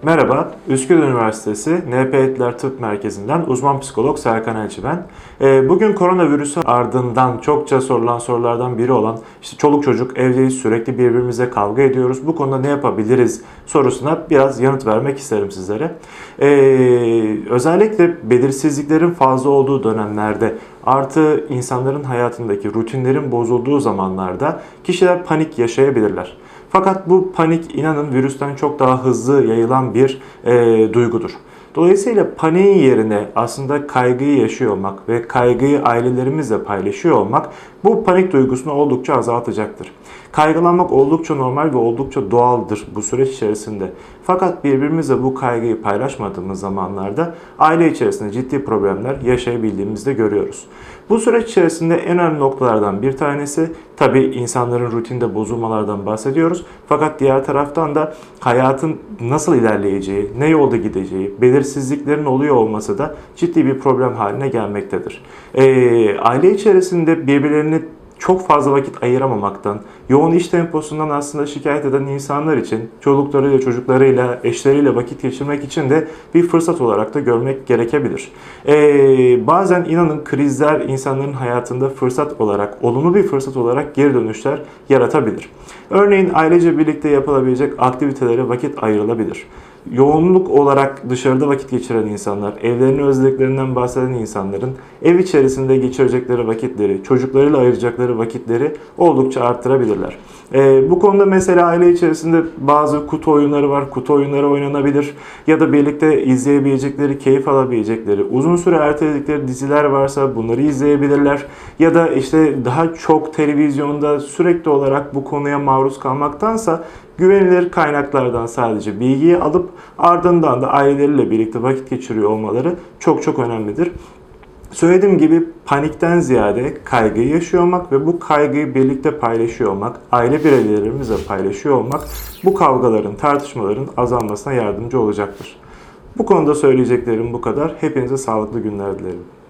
Merhaba, Üsküdar Üniversitesi NP Etiler Tıp Merkezi'nden uzman psikolog Serkan Elçi ben. Bugün koronavirüsü ardından çokça sorulan sorulardan biri olan çoluk çocuk evdeyiz, sürekli birbirimize kavga ediyoruz. Bu konuda ne yapabiliriz sorusuna biraz yanıt vermek isterim sizlere. Özellikle belirsizliklerin fazla olduğu dönemlerde artı insanların hayatındaki rutinlerin bozulduğu zamanlarda kişiler panik yaşayabilirler. Fakat bu panik inanın virüsten çok daha hızlı yayılan bir duygudur. Dolayısıyla paniğin yerine aslında kaygıyı yaşıyor olmak ve kaygıyı ailelerimizle paylaşıyor olmak bu panik duygusunu oldukça azaltacaktır. Kaygılanmak oldukça normal ve oldukça doğaldır bu süreç içerisinde. Fakat birbirimizle bu kaygıyı paylaşmadığımız zamanlarda aile içerisinde ciddi problemler yaşayabildiğimizi de görüyoruz. Bu süreç içerisinde en önemli noktalardan bir tanesi tabii insanların rutinde bozulmalardan bahsediyoruz. Fakat diğer taraftan da hayatın nasıl ilerleyeceği, ne yolda gideceği, belirsizliklerin oluyor olması da ciddi bir problem haline gelmektedir. Aile içerisinde birbirlerini çok fazla vakit ayıramamaktan, yoğun iş temposundan aslında şikayet eden insanlar için çocuklarıyla, çocuklarıyla, eşleriyle vakit geçirmek için de bir fırsat olarak da görmek gerekebilir. Bazen inanın krizler insanların hayatında fırsat olarak, olumlu bir fırsat olarak geri dönüşler yaratabilir. Örneğin ailece birlikte yapılabilecek aktivitelere vakit ayrılabilir. Yoğunluk olarak dışarıda vakit geçiren insanlar, evlerini özlediklerinden bahseden insanların ev içerisinde geçirecekleri vakitleri, çocuklarıyla ayıracakları vakitleri oldukça arttırabilirler. Bu konuda mesela aile içerisinde bazı kutu oyunları var, kutu oyunları oynanabilir ya da birlikte izleyebilecekleri, keyif alabilecekleri, uzun süre erteledikleri diziler varsa bunları izleyebilirler ya da daha çok televizyonda sürekli olarak bu konuya maruz kalmaktansa güvenilir kaynaklardan sadece bilgiyi alıp ardından da aileleriyle birlikte vakit geçiriyor olmaları çok önemlidir. Söylediğim gibi panikten ziyade kaygıyı yaşıyor olmak ve bu kaygıyı birlikte paylaşıyor olmak, aile bireylerimizle paylaşıyor olmak bu kavgaların, tartışmaların azalmasına yardımcı olacaktır. Bu konuda söyleyeceklerim bu kadar. Hepinize sağlıklı günler dilerim.